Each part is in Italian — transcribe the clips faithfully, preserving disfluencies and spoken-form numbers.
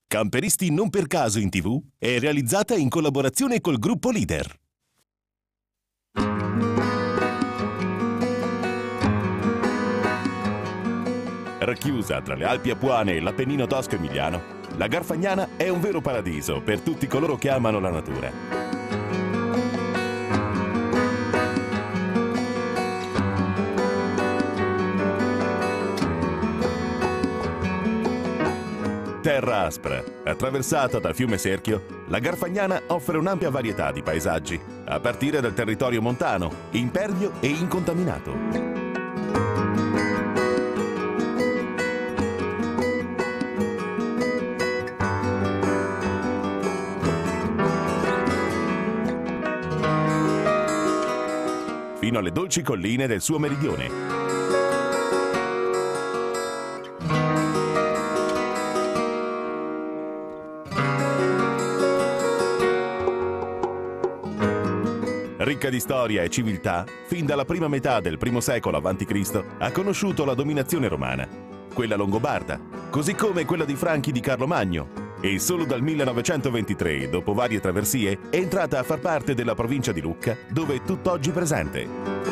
Camperisti non per caso in tivù è realizzata in collaborazione col gruppo Leader. Racchiusa tra le Alpi Apuane e l'Appennino tosco-emiliano, la Garfagnana è un vero paradiso per tutti coloro che amano la natura. Terra aspra, attraversata dal fiume Serchio, la Garfagnana offre un'ampia varietà di paesaggi, a partire dal territorio montano, impervio e incontaminato. Fino alle dolci colline del suo meridione. Ricca di storia e civiltà, fin dalla prima metà del primo secolo avanti Cristo ha conosciuto la dominazione romana, quella longobarda, così come quella dei Franchi di Carlo Magno, e solo dal millenovecentoventitré, dopo varie traversie, è entrata a far parte della provincia di Lucca, dove è tutt'oggi presente.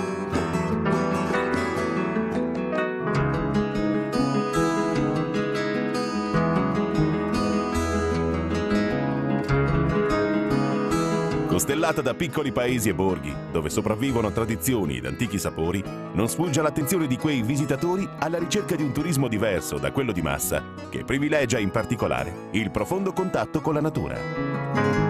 Costellata da piccoli paesi e borghi, dove sopravvivono tradizioni ed antichi sapori, non sfugge all'attenzione di quei visitatori alla ricerca di un turismo diverso da quello di massa, che privilegia in particolare il profondo contatto con la natura.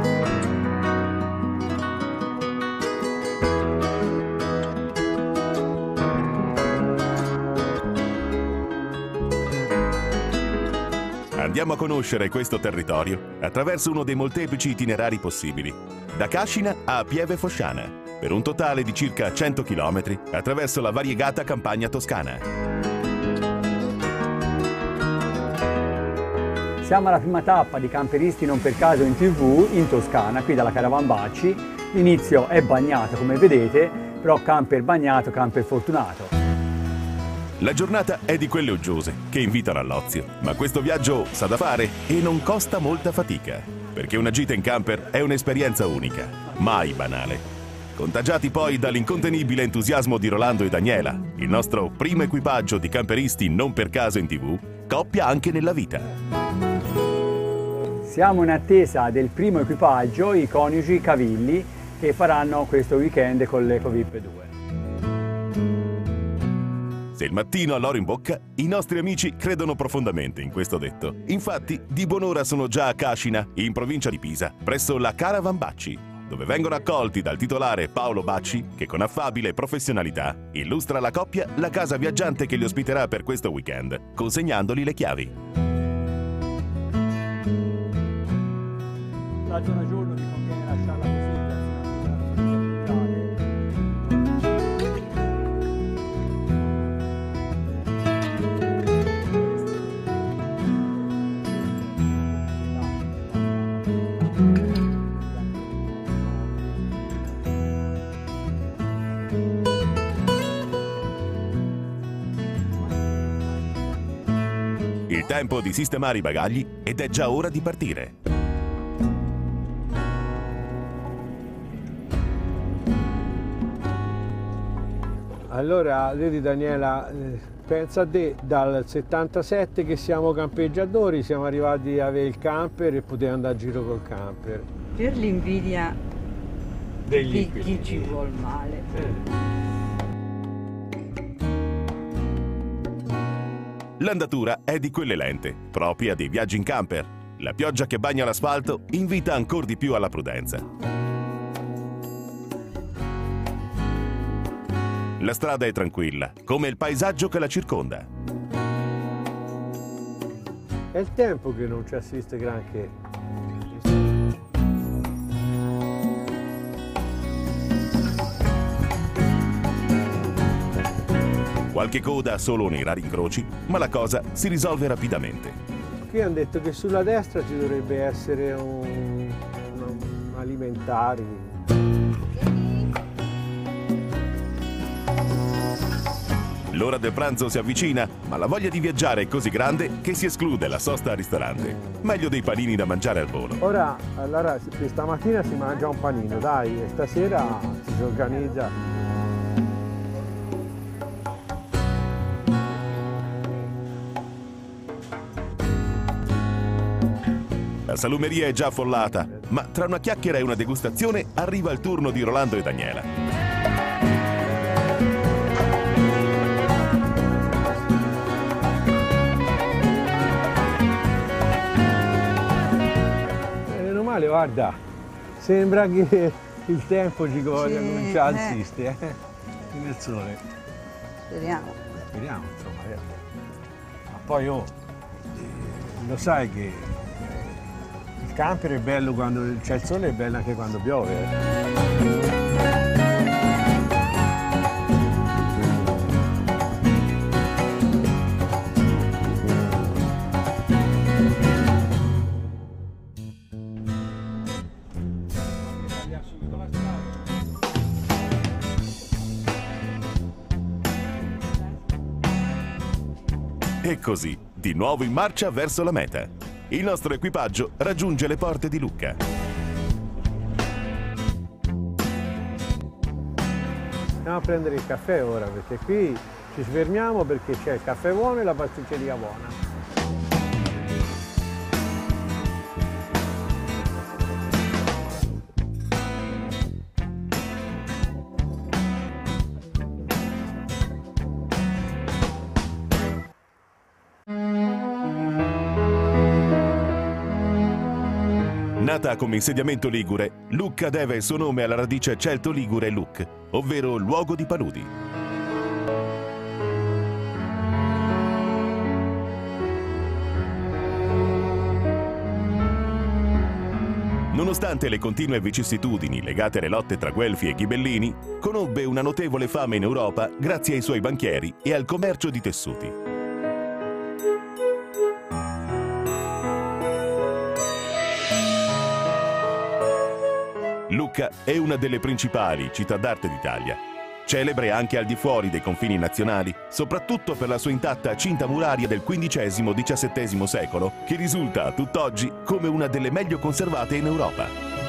Andiamo a conoscere questo territorio attraverso uno dei molteplici itinerari possibili, da Cascina a Pieve Fosciana, per un totale di circa cento chilometri attraverso la variegata campagna toscana. Siamo alla prima tappa di Camperisti non per caso in tivù in Toscana, qui dalla Caravan Bacci. L'inizio è bagnato come vedete, però camper bagnato, camper fortunato. La giornata è di quelle uggiose, che invitano all'ozio, ma questo viaggio s'ha da fare e non costa molta fatica, perché una gita in camper è un'esperienza unica, mai banale. Contagiati poi dall'incontenibile entusiasmo di Rolando e Daniela, il nostro primo equipaggio di camperisti non per caso in tivù, coppia anche nella vita. Siamo in attesa del primo equipaggio, i coniugi Cavilli, che faranno questo weekend con l'Ecovip due. Se il mattino ha l'oro in bocca, i nostri amici credono profondamente in questo detto. Infatti, di buon'ora sono già a Cascina, in provincia di Pisa, presso la Caravan Bacci, dove vengono accolti dal titolare Paolo Bacci, che con affabile professionalità illustra alla coppia la casa viaggiante che li ospiterà per questo weekend, consegnandoli le chiavi. La zona giorno vi conviene lasciarla così. Il tempo di sistemare i bagagli ed è già ora di partire. Allora, vedi Daniela, eh, pensa a te, dal settantasette che siamo campeggiatori, siamo arrivati a avere il camper e poter andare a giro col camper. Per l'invidia di chi ci vuol male. Eh. L'andatura è di quelle lente, propria dei viaggi in camper. La pioggia che bagna l'asfalto invita ancor di più alla prudenza. La strada è tranquilla, come il paesaggio che la circonda. È il tempo che non ci assiste granché. Qualche coda solo nei rari incroci, ma la cosa si risolve rapidamente. Qui hanno detto che sulla destra ci dovrebbe essere un, un alimentari. L'ora del pranzo si avvicina, ma la voglia di viaggiare è così grande che si esclude la sosta al ristorante. Meglio dei panini da mangiare al volo. Ora, allora, questa mattina si mangia un panino, dai, e stasera si organizza. La salumeria è già affollata, ma tra una chiacchiera e una degustazione arriva il turno di Rolando e Daniela. Guarda, sembra che il tempo ci voglia Sì, cominciare eh. a insistere, eh? Nel sole. Speriamo. Speriamo, insomma. Eh. Ma poi, oh, eh, lo sai che il camper è bello quando c'è il sole, è bello anche quando piove. Eh. E così, di nuovo in marcia verso la meta. Il nostro equipaggio raggiunge le porte di Lucca. Andiamo a prendere il caffè ora, perché qui ci fermiamo perché c'è il caffè buono e la pasticceria buona. Nata come insediamento ligure, Lucca deve il suo nome alla radice celto-ligure luc, ovvero luogo di paludi. Nonostante le continue vicissitudini legate alle lotte tra Guelfi e Ghibellini, conobbe una notevole fama in Europa grazie ai suoi banchieri e al commercio di tessuti. Lucca è una delle principali città d'arte d'Italia, celebre anche al di fuori dei confini nazionali, soprattutto per la sua intatta cinta muraria del quindicesimo diciassettesimo secolo, che risulta a tutt'oggi come una delle meglio conservate in Europa.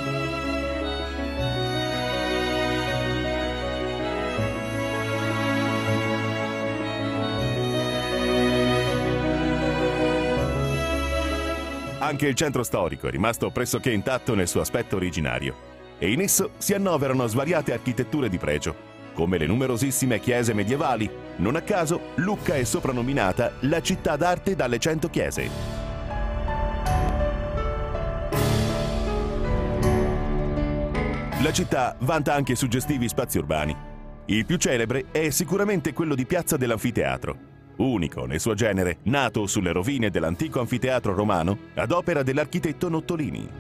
Anche il centro storico è rimasto pressoché intatto nel suo aspetto originario, e in esso si annoverano svariate architetture di pregio, come le numerosissime chiese medievali. Non a caso, Lucca è soprannominata la città d'arte dalle cento chiese. La città vanta anche suggestivi spazi urbani. Il più celebre è sicuramente quello di Piazza dell'Anfiteatro, unico nel suo genere, nato sulle rovine dell'antico anfiteatro romano ad opera dell'architetto Nottolini.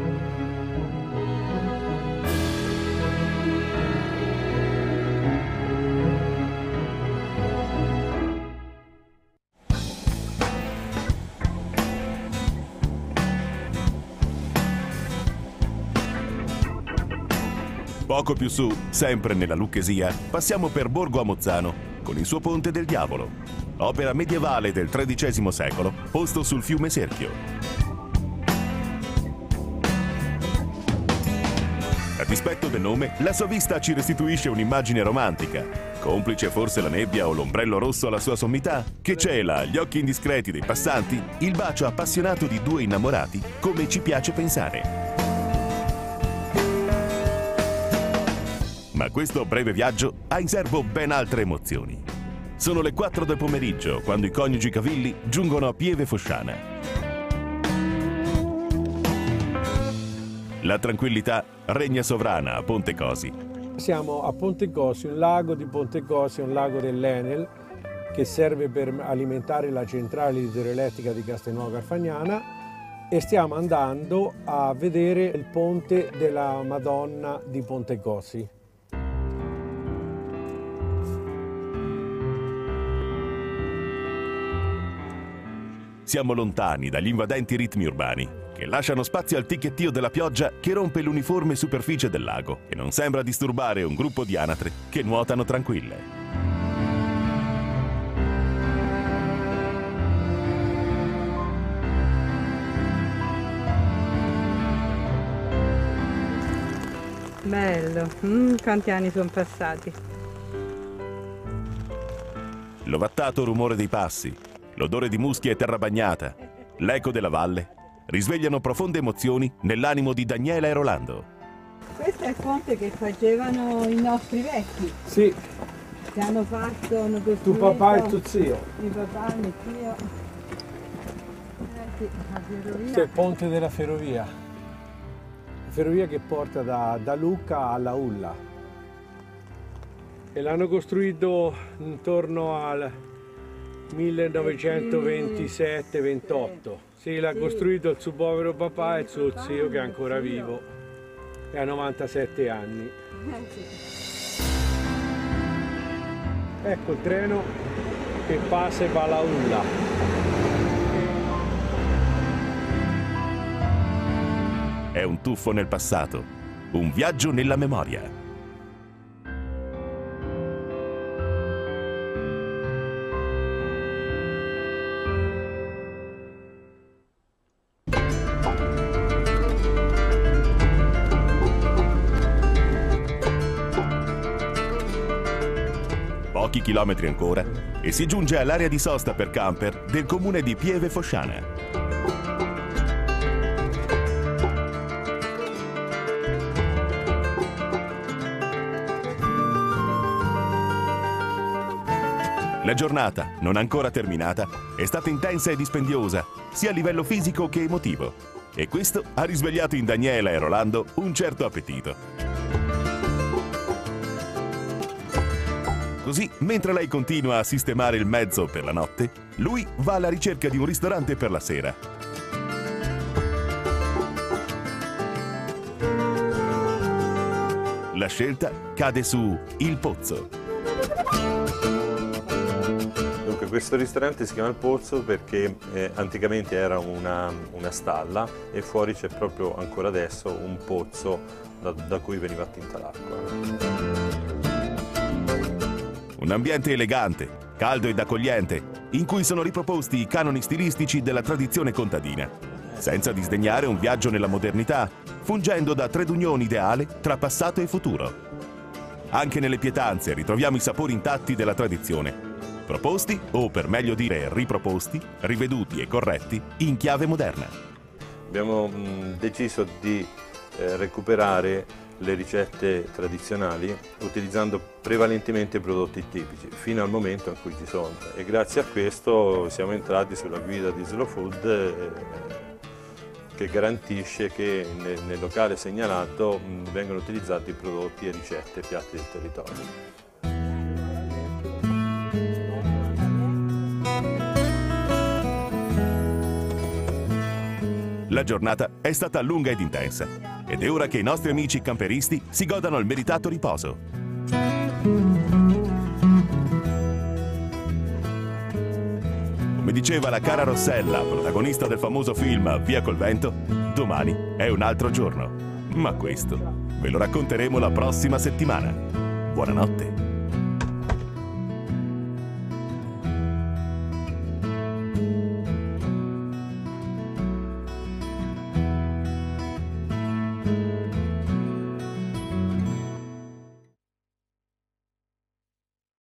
Poco più su, sempre nella Lucchesia, passiamo per Borgo a Mozzano, con il suo Ponte del Diavolo, opera medievale del tredicesimo secolo, posto sul fiume Serchio. A dispetto del nome, la sua vista ci restituisce un'immagine romantica, complice forse la nebbia o l'ombrello rosso alla sua sommità, che cela agli occhi indiscreti dei passanti il bacio appassionato di due innamorati, come ci piace pensare. Ma questo breve viaggio ha in serbo ben altre emozioni. Sono le quattro del pomeriggio quando i coniugi Cavilli giungono a Pieve Fosciana. La tranquillità regna sovrana a Ponte Cosi. Siamo a Ponte Cosi, un lago di Ponte Cosi, un lago dell'Enel che serve per alimentare la centrale idroelettrica di Castelnuovo Garfagnana, e stiamo andando a vedere il ponte della Madonna di Ponte Cosi. Siamo lontani dagli invadenti ritmi urbani, che lasciano spazio al ticchettio della pioggia che rompe l'uniforme superficie del lago e non sembra disturbare un gruppo di anatre che nuotano tranquille. Bello, mm, quanti anni sono passati. L'ovattato rumore dei passi, l'odore di muschi e terra bagnata, l'eco della valle risvegliano profonde emozioni nell'animo di Daniela e Rolando. Questo è il ponte che facevano i nostri vecchi. Sì. Che hanno fatto, hanno costruito. Tuo papà e tuo zio. Mio papà, mio zio. Eh sì, la ferrovia. Questo è il ponte della ferrovia. La ferrovia che porta da, da Lucca alla Ulla. E l'hanno costruito intorno al millenovecentoventisette ventotto. Sì, l'ha Sì. costruito il suo povero papà e il suo zio che è ancora vivo. E ha novantasette anni. Eh sì. Ecco il treno che passa e va alla Ulla. È un tuffo nel passato, un viaggio nella memoria. Pochi chilometri ancora e si giunge all'area di sosta per camper del comune di Pieve Fosciana. La giornata, non ancora terminata, è stata intensa e dispendiosa, sia a livello fisico che emotivo. E questo ha risvegliato in Daniela e Rolando un certo appetito. Così, mentre lei continua a sistemare il mezzo per la notte, lui va alla ricerca di un ristorante per la sera. La scelta cade su Il Pozzo. Dunque, questo ristorante si chiama Il Pozzo perché eh, anticamente era una, una stalla e fuori c'è proprio ancora adesso un pozzo da, da cui veniva attinta l'acqua. Un ambiente elegante, caldo ed accogliente, in cui sono riproposti i canoni stilistici della tradizione contadina, senza disdegnare un viaggio nella modernità, fungendo da trade union ideale tra passato e futuro. Anche nelle pietanze ritroviamo i sapori intatti della tradizione, proposti, o per meglio dire riproposti, riveduti e corretti, in chiave moderna. Abbiamo mh, deciso di eh, recuperare le ricette tradizionali utilizzando prevalentemente prodotti tipici fino al momento in cui ci sono, e grazie a questo siamo entrati sulla guida di Slow Food eh, che garantisce che nel, nel locale segnalato mh, vengono utilizzati prodotti e ricette e piatti del territorio. La giornata è stata lunga ed intensa ed è ora che i nostri amici camperisti si godano il meritato riposo. Come diceva la cara Rossella, protagonista del famoso film Via col vento, domani è un altro giorno. Ma questo ve lo racconteremo la prossima settimana. Buonanotte.